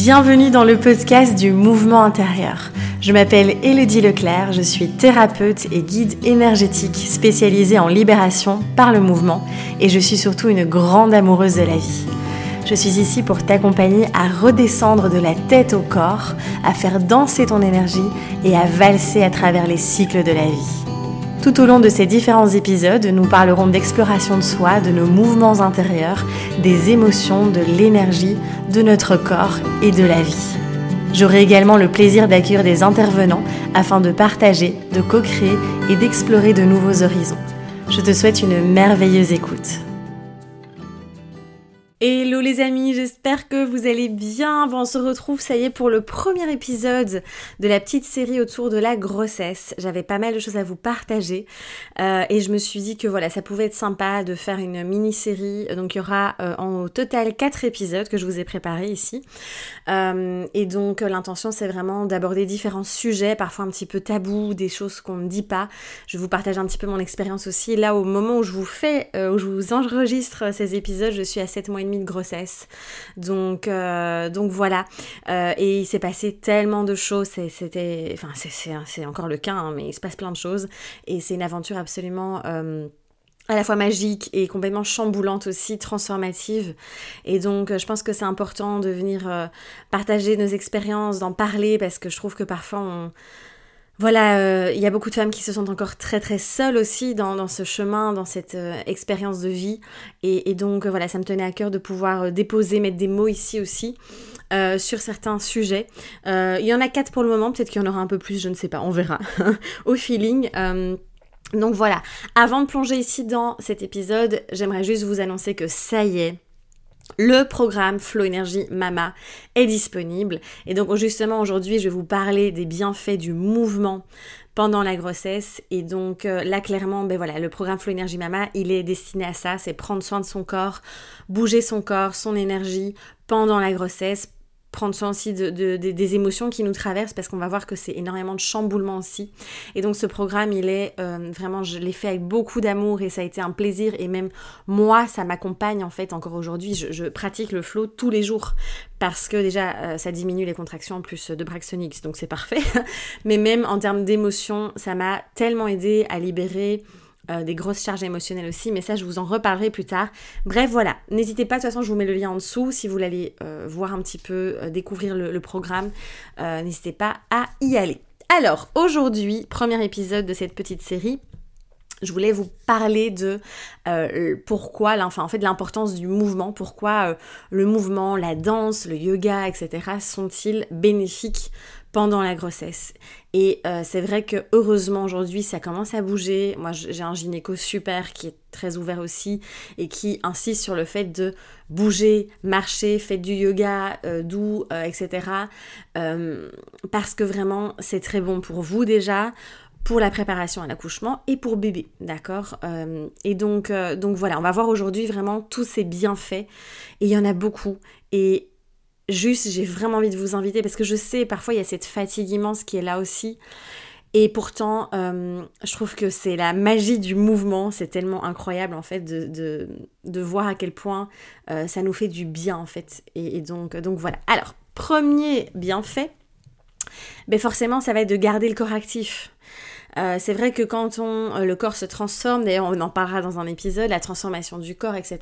Bienvenue dans le podcast du mouvement intérieur. Je m'appelle Élodie Leclerc, je suis thérapeute et guide énergétique spécialisée en libération par le mouvement et je suis surtout une grande amoureuse de la vie. Je suis ici pour t'accompagner à redescendre de la tête au corps, à faire danser ton énergie et à valser à travers les cycles de la vie. Tout au long de ces différents épisodes, nous parlerons d'exploration de soi, de nos mouvements intérieurs, des émotions, de l'énergie, de notre corps et de la vie. J'aurai également le plaisir d'accueillir des intervenants afin de partager, de co-créer et d'explorer de nouveaux horizons. Je te souhaite une merveilleuse écoute. Hello les amis, j'espère que vous allez bien. Bon, on se retrouve, ça y est, pour le premier épisode de la petite série autour de la grossesse. J'avais pas mal de choses à vous partager et je me suis dit que voilà, ça pouvait être sympa de faire une mini-série. Donc il y aura en total 4 épisodes que je vous ai préparés ici. Et donc l'intention, c'est vraiment d'aborder différents sujets, parfois un petit peu tabous, des choses qu'on ne dit pas. Je vous partage un petit peu mon expérience aussi. Là, au moment où je vous enregistre ces épisodes, je suis à 7 mois et demi de grossesse. Donc voilà. Et il s'est passé tellement de choses. C'est encore le cas, hein, mais il se passe plein de choses. Et c'est une aventure absolument à la fois magique et complètement chamboulante aussi, transformative. Et donc, je pense que c'est important de venir partager nos expériences, d'en parler, parce que je trouve que parfois il y a beaucoup de femmes qui se sentent encore très très seules aussi dans ce chemin, dans cette expérience de vie. Et donc voilà, ça me tenait à cœur de pouvoir déposer, mettre des mots ici aussi sur certains sujets. Il y en a 4 pour le moment, peut-être qu'il y en aura un peu plus, je ne sais pas, on verra au feeling. Donc voilà, avant de plonger ici dans cet épisode, j'aimerais juste vous annoncer que ça y est, le programme Flow Énergie Mama est disponible. Et donc justement aujourd'hui, je vais vous parler des bienfaits du mouvement pendant la grossesse. Et donc là clairement, le programme Flow Énergie Mama, il est destiné à ça, c'est prendre soin de son corps, bouger son corps, son énergie pendant la grossesse, prendre soin aussi des émotions qui nous traversent, parce qu'on va voir que c'est énormément de chamboulement aussi. Et donc ce programme, il est vraiment, je l'ai fait avec beaucoup d'amour et ça a été un plaisir. Et même moi, ça m'accompagne en fait encore aujourd'hui. Je pratique le flow tous les jours parce que déjà, ça diminue les contractions en plus de Braxtonix, donc c'est parfait. Mais même en termes d'émotions, ça m'a tellement aidé à libérer des grosses charges émotionnelles aussi, mais ça je vous en reparlerai plus tard. Bref, voilà, n'hésitez pas, de toute façon je vous mets le lien en dessous si vous voulez aller voir un petit peu, découvrir le programme, n'hésitez pas à y aller. Alors aujourd'hui, premier épisode de cette petite série, je voulais vous parler de pourquoi, de l'importance du mouvement, pourquoi le mouvement, la danse, le yoga, etc. sont-ils bénéfiques pendant la grossesse. Et c'est vrai que heureusement aujourd'hui ça commence à bouger. Moi j'ai un gynéco super qui est très ouvert aussi et qui insiste sur le fait de bouger, marcher, faites du yoga doux, etc. Parce que vraiment c'est très bon pour vous déjà, pour la préparation à l'accouchement et pour bébé, d'accord. Et donc voilà, on va voir aujourd'hui vraiment tous ces bienfaits et il y en a beaucoup. Et juste, j'ai vraiment envie de vous inviter parce que je sais, parfois il y a cette fatigue immense qui est là aussi. Et pourtant, je trouve que c'est la magie du mouvement. C'est tellement incroyable en fait de voir à quel point ça nous fait du bien en fait. Et donc voilà. Alors, premier bienfait, forcément ça va être de garder le corps actif. C'est vrai que quand le corps se transforme, d'ailleurs on en parlera dans un épisode, la transformation du corps, etc.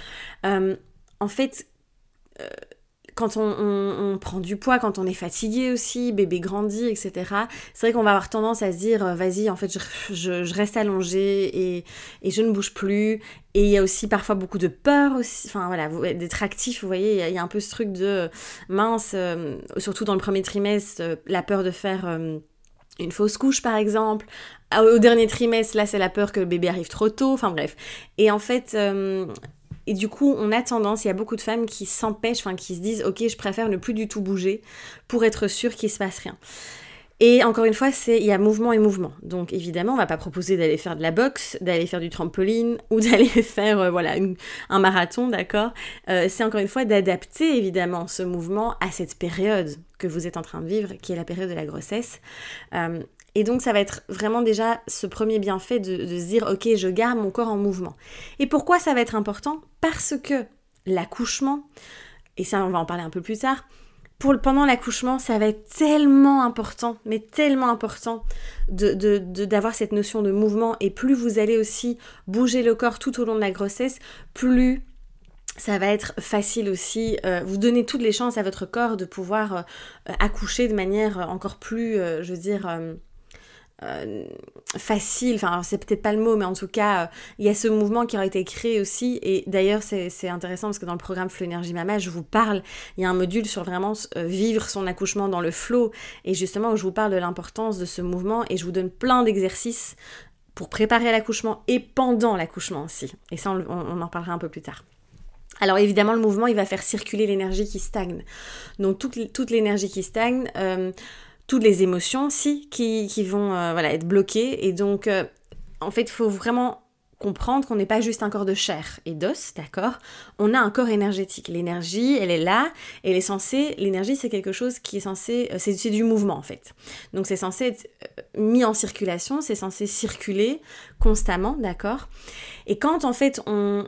En fait, quand on prend du poids, quand on est fatigué aussi, bébé grandit, etc. C'est vrai qu'on va avoir tendance à se dire, vas-y, en fait, je reste allongée et je ne bouge plus. Et il y a aussi parfois beaucoup de peur aussi, d'être actif, vous voyez, il y a un peu ce truc de mince, surtout dans le premier trimestre, la peur de faire une fausse couche par exemple. Au dernier trimestre, là c'est la peur que le bébé arrive trop tôt, enfin bref. Et en fait, et du coup on a tendance, il y a beaucoup de femmes qui s'empêchent, qui se disent ok je préfère ne plus du tout bouger pour être sûre qu'il se passe rien. Et encore une fois, il y a mouvement et mouvement. Donc évidemment, on va pas proposer d'aller faire de la boxe, d'aller faire du trampoline ou d'aller faire un marathon, d'accord. C'est encore une fois d'adapter évidemment ce mouvement à cette période que vous êtes en train de vivre, qui est la période de la grossesse. Et donc ça va être vraiment déjà ce premier bienfait de se dire ok, je garde mon corps en mouvement. Et pourquoi ça va être important ? Parce que l'accouchement, et ça on va en parler un peu plus tard, pendant l'accouchement, ça va être tellement important, mais tellement important d'avoir cette notion de mouvement. Et plus vous allez aussi bouger le corps tout au long de la grossesse, plus ça va être facile aussi, vous donnez toutes les chances à votre corps de pouvoir accoucher de manière encore plus, facile, enfin c'est peut-être pas le mot, mais en tout cas il y a ce mouvement qui aura été créé aussi. Et d'ailleurs c'est intéressant parce que dans le programme Flow Énergie Mama, je vous parle, il y a un module sur vraiment vivre son accouchement dans le flow, et justement où je vous parle de l'importance de ce mouvement, et je vous donne plein d'exercices pour préparer à l'accouchement et pendant l'accouchement aussi, et ça on en parlera un peu plus tard. Alors évidemment, le mouvement, il va faire circuler l'énergie qui stagne. Donc toute l'énergie qui stagne, toutes les émotions aussi qui vont être bloquées. Et donc, en fait, il faut vraiment comprendre qu'on n'est pas juste un corps de chair et d'os, d'accord ? On a un corps énergétique. L'énergie, elle est là, elle est censée... L'énergie, c'est quelque chose qui est censé... C'est du mouvement, en fait. Donc c'est censé être mis en circulation, c'est censé circuler constamment, d'accord ? Et quand, en fait,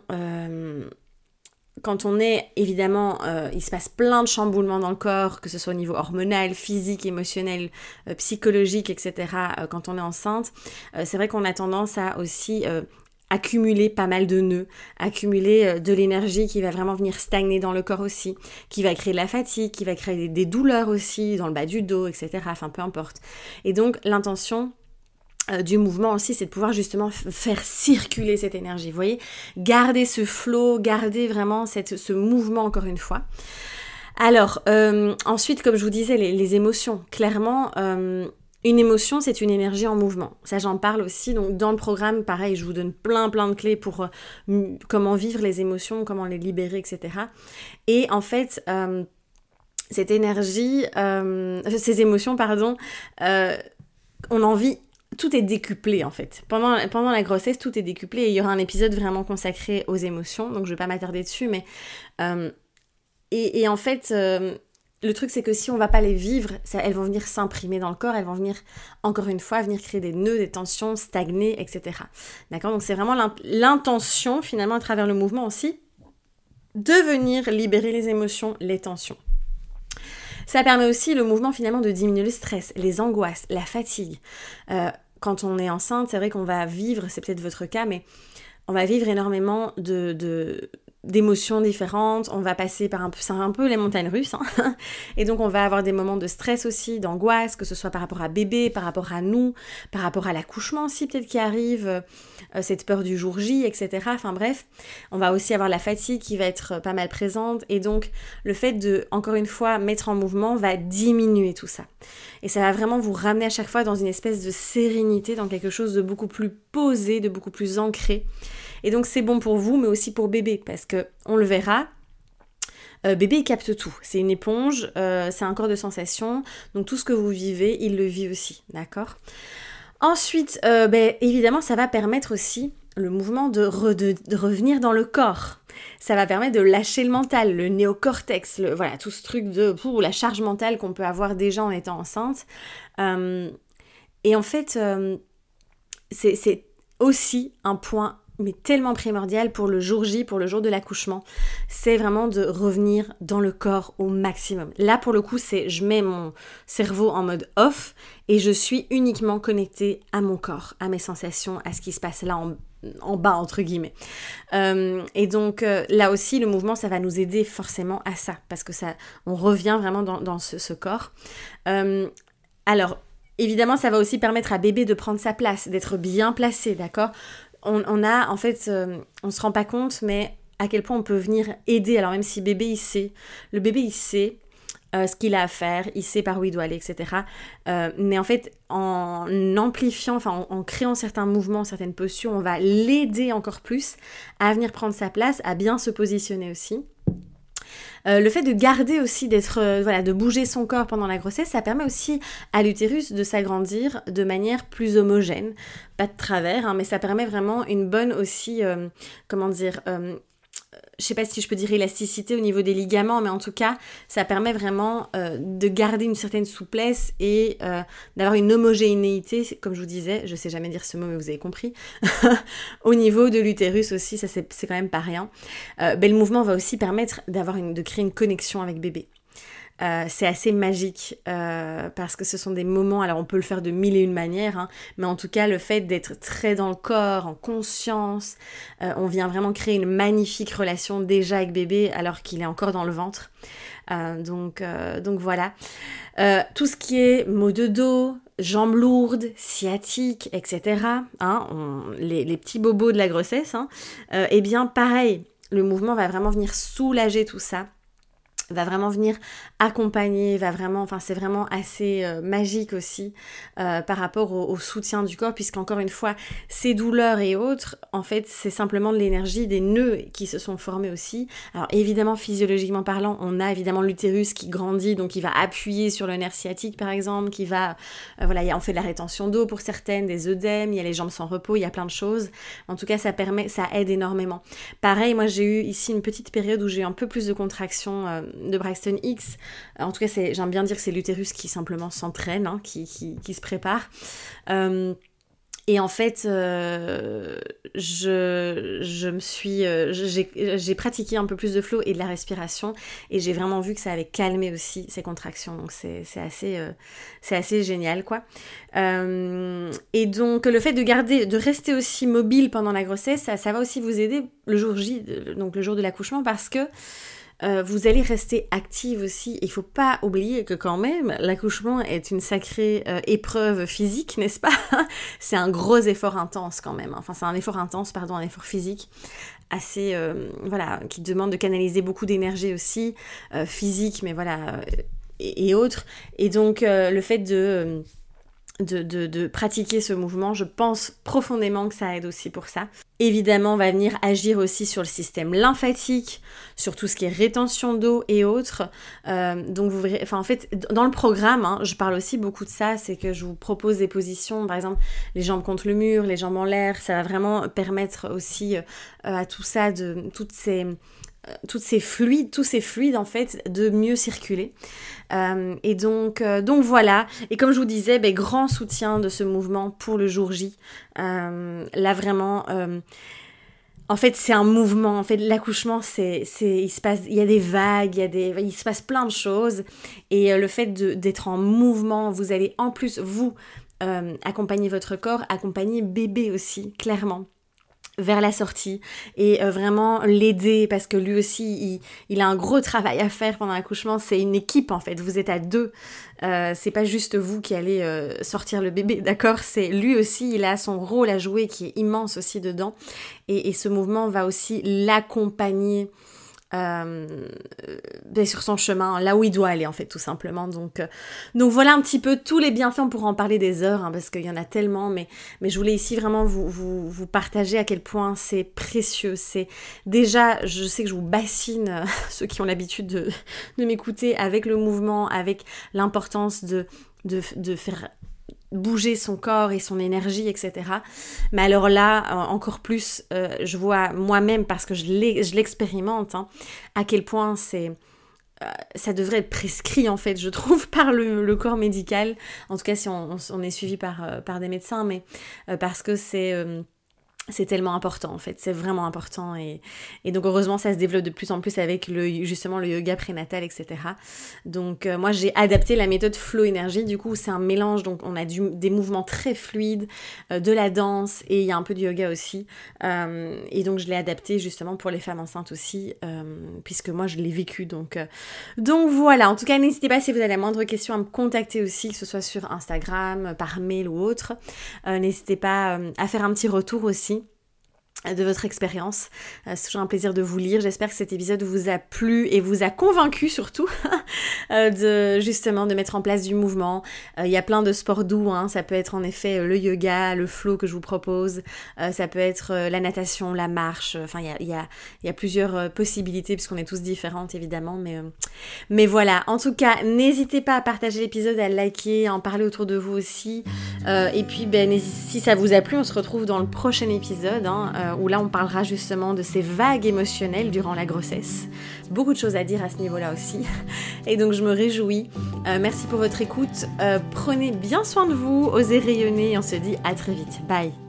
quand on est, évidemment, il se passe plein de chamboulements dans le corps, que ce soit au niveau hormonal, physique, émotionnel, psychologique, etc. Quand on est enceinte, c'est vrai qu'on a tendance à aussi accumuler pas mal de nœuds, accumuler de l'énergie qui va vraiment venir stagner dans le corps aussi, qui va créer de la fatigue, qui va créer des douleurs aussi dans le bas du dos, etc. Enfin, peu importe. Et donc, l'intention du mouvement aussi, c'est de pouvoir justement faire circuler cette énergie, vous voyez, garder ce flow, garder vraiment ce mouvement encore une fois. Alors, ensuite, comme je vous disais, les émotions, clairement, une émotion, c'est une énergie en mouvement. Ça, j'en parle aussi, donc dans le programme, pareil, je vous donne plein de clés pour comment vivre les émotions, comment les libérer, etc. Et en fait, cette énergie, ces émotions, pardon, on en vit. Tout est décuplé en fait. Pendant la grossesse, tout est décuplé, et il y aura un épisode vraiment consacré aux émotions, donc je vais pas m'attarder dessus, mais... Et en fait, le truc c'est que si on va pas les vivre, elles vont venir s'imprimer dans le corps, elles vont venir, encore une fois, venir créer des nœuds, des tensions, stagner, etc. D'accord ? Donc c'est vraiment l'intention, finalement, à travers le mouvement aussi, de venir libérer les émotions, les tensions. Ça permet aussi, le mouvement, finalement, de diminuer le stress, les angoisses, la fatigue. Quand on est enceinte, c'est vrai qu'on va vivre, c'est peut-être votre cas, mais on va vivre énormément d'émotions différentes, on va passer par c'est un peu les montagnes russes, hein. Et donc on va avoir des moments de stress aussi, d'angoisse, que ce soit par rapport à bébé, par rapport à nous, par rapport à l'accouchement aussi peut-être qui arrive, cette peur du jour J, etc. Enfin bref, on va aussi avoir la fatigue qui va être pas mal présente, et donc le fait de, encore une fois, mettre en mouvement va diminuer tout ça. Et ça va vraiment vous ramener à chaque fois dans une espèce de sérénité, dans quelque chose de beaucoup plus posé, de beaucoup plus ancré. Et donc c'est bon pour vous, mais aussi pour bébé, parce que on le verra, bébé il capte tout. C'est une éponge, c'est un corps de sensations, donc tout ce que vous vivez, il le vit aussi, d'accord ? Ensuite, évidemment, ça va permettre aussi le mouvement de revenir dans le corps. Ça va permettre de lâcher le mental, le néocortex, tout ce truc la charge mentale qu'on peut avoir déjà en étant enceinte. Et en fait, c'est aussi un point mais tellement primordial pour le jour J, pour le jour de l'accouchement, c'est vraiment de revenir dans le corps au maximum. Là, pour le coup, je mets mon cerveau en mode off et je suis uniquement connectée à mon corps, à mes sensations, à ce qui se passe là en bas, entre guillemets. Et donc, là aussi, le mouvement, ça va nous aider forcément à ça, parce que on revient vraiment dans ce corps. Alors, évidemment, ça va aussi permettre à bébé de prendre sa place, d'être bien placé, d'accord ? On a, en fait, on se rend pas compte, mais à quel point on peut venir aider. Alors même si bébé, le bébé, il sait ce qu'il a à faire, il sait par où il doit aller, etc. Mais en fait, en amplifiant, en créant certains mouvements, certaines postures, on va l'aider encore plus à venir prendre sa place, à bien se positionner aussi. Le fait de garder aussi, de bouger son corps pendant la grossesse, ça permet aussi à l'utérus de s'agrandir de manière plus homogène. Pas de travers, hein, mais ça permet vraiment une bonne aussi, je sais pas si je peux dire élasticité au niveau des ligaments, mais en tout cas, ça permet vraiment de garder une certaine souplesse et d'avoir une homogénéité, comme je vous disais, je sais jamais dire ce mot, mais vous avez compris, au niveau de l'utérus aussi, ça c'est quand même pas rien. Le mouvement va aussi permettre de créer une connexion avec bébé. c'est assez magique parce que ce sont des moments, alors on peut le faire de mille et une manières, hein, mais en tout cas le fait d'être très dans le corps, en conscience, on vient vraiment créer une magnifique relation déjà avec bébé alors qu'il est encore dans le ventre. Donc voilà. Tout ce qui est maux de dos, jambes lourdes, sciatiques, etc., hein, les petits bobos de la grossesse, hein, eh bien pareil, le mouvement va vraiment venir soulager tout ça, va vraiment venir accompagner, c'est vraiment assez magique aussi par rapport au soutien du corps, puisqu'encore une fois, ces douleurs et autres, en fait, c'est simplement de l'énergie, des nœuds qui se sont formés aussi. Alors évidemment, physiologiquement parlant, on a évidemment l'utérus qui grandit, donc il va appuyer sur le nerf sciatique par exemple, qui va, on fait de la rétention d'eau pour certaines, des œdèmes, il y a les jambes sans repos, il y a plein de choses. En tout cas, ça aide énormément. Pareil, moi j'ai eu ici une petite période où j'ai eu un peu plus de contractions de Braxton Hicks. En tout cas, j'aime bien dire que c'est l'utérus qui simplement s'entraîne, hein, qui se prépare. Et en fait, j'ai pratiqué un peu plus de flow et de la respiration, et j'ai vraiment vu que ça avait calmé aussi ces contractions. Donc c'est assez génial, quoi. Et donc le fait de rester aussi mobile pendant la grossesse, ça va aussi vous aider le jour J, donc le jour de l'accouchement, parce que vous allez rester active aussi. Il ne faut pas oublier que quand même, l'accouchement est une sacrée épreuve physique, n'est-ce pas ? C'est un gros effort intense quand même. Enfin, c'est un effort physique assez, qui demande de canaliser beaucoup d'énergie aussi, physique, mais voilà, et autres. Et donc, le fait de pratiquer ce mouvement, je pense profondément que ça aide aussi pour ça. Évidemment, on va venir agir aussi sur le système lymphatique, sur tout ce qui est rétention d'eau et autres. Donc, vous verrez, en fait, dans le programme, hein, je parle aussi beaucoup de ça, c'est que je vous propose des positions, par exemple, les jambes contre le mur, les jambes en l'air, ça va vraiment permettre aussi à tout ça, tous ces fluides en fait, de mieux circuler. Et donc voilà. Et comme je vous disais, grand soutien de ce mouvement pour le jour J. Là vraiment, en fait c'est un mouvement. En fait l'accouchement, il y a des vagues, il se passe plein de choses. Et le fait d'être en mouvement, vous allez en plus vous accompagner votre corps, accompagner bébé aussi, clairement, vers la sortie, et vraiment l'aider, parce que lui aussi il a un gros travail à faire pendant l'accouchement. C'est une équipe en fait, vous êtes à deux, c'est pas juste vous qui allez sortir le bébé, d'accord, c'est lui aussi, il a son rôle à jouer qui est immense aussi dedans, et ce mouvement va aussi l'accompagner sur son chemin, là où il doit aller en fait, tout simplement. Donc voilà un petit peu tous les bienfaits. On pourra en parler des heures, hein, parce qu'il y en a tellement, mais je voulais ici vraiment vous partager à quel point c'est précieux. C'est déjà, je sais que je vous bassine, ceux qui ont l'habitude de m'écouter, avec le mouvement, avec l'importance de faire bouger son corps et son énergie, etc. Mais alors là, encore plus, je vois moi-même, parce que je l'expérimente, hein, à quel point ça devrait être prescrit, en fait, je trouve, par le corps médical. En tout cas, si on est suivi par des médecins, mais parce que c'est tellement important, en fait, c'est vraiment important, et donc heureusement ça se développe de plus en plus avec justement le yoga prénatal, etc. Donc moi j'ai adapté la méthode Flow Énergie, du coup c'est un mélange, donc on a des mouvements très fluides, de la danse, et il y a un peu de yoga aussi, et donc je l'ai adapté justement pour les femmes enceintes aussi, puisque moi je l'ai vécu, donc voilà. En tout cas, n'hésitez pas, si vous avez la moindre question, à me contacter aussi, que ce soit sur Instagram, par mail ou autre. N'hésitez pas à faire un petit retour aussi de votre expérience. C'est toujours un plaisir de vous lire. J'espère que cet épisode vous a plu et vous a convaincu surtout de mettre en place du mouvement. Il y a plein de sports doux, hein. Ça peut être en effet le yoga, le flow que je vous propose, ça peut être la natation, la marche, enfin il y a plusieurs possibilités, puisqu'on est tous différentes évidemment, mais voilà. En tout cas, n'hésitez pas à partager l'épisode, à le liker, à en parler autour de vous aussi, et puis si ça vous a plu, on se retrouve dans le prochain épisode, hein, où là on parlera justement de ces vagues émotionnelles durant la grossesse. Beaucoup de choses à dire à ce niveau-là aussi. Et donc je me réjouis. Merci pour votre écoute. Prenez bien soin de vous, osez rayonner, et on se dit à très vite. Bye.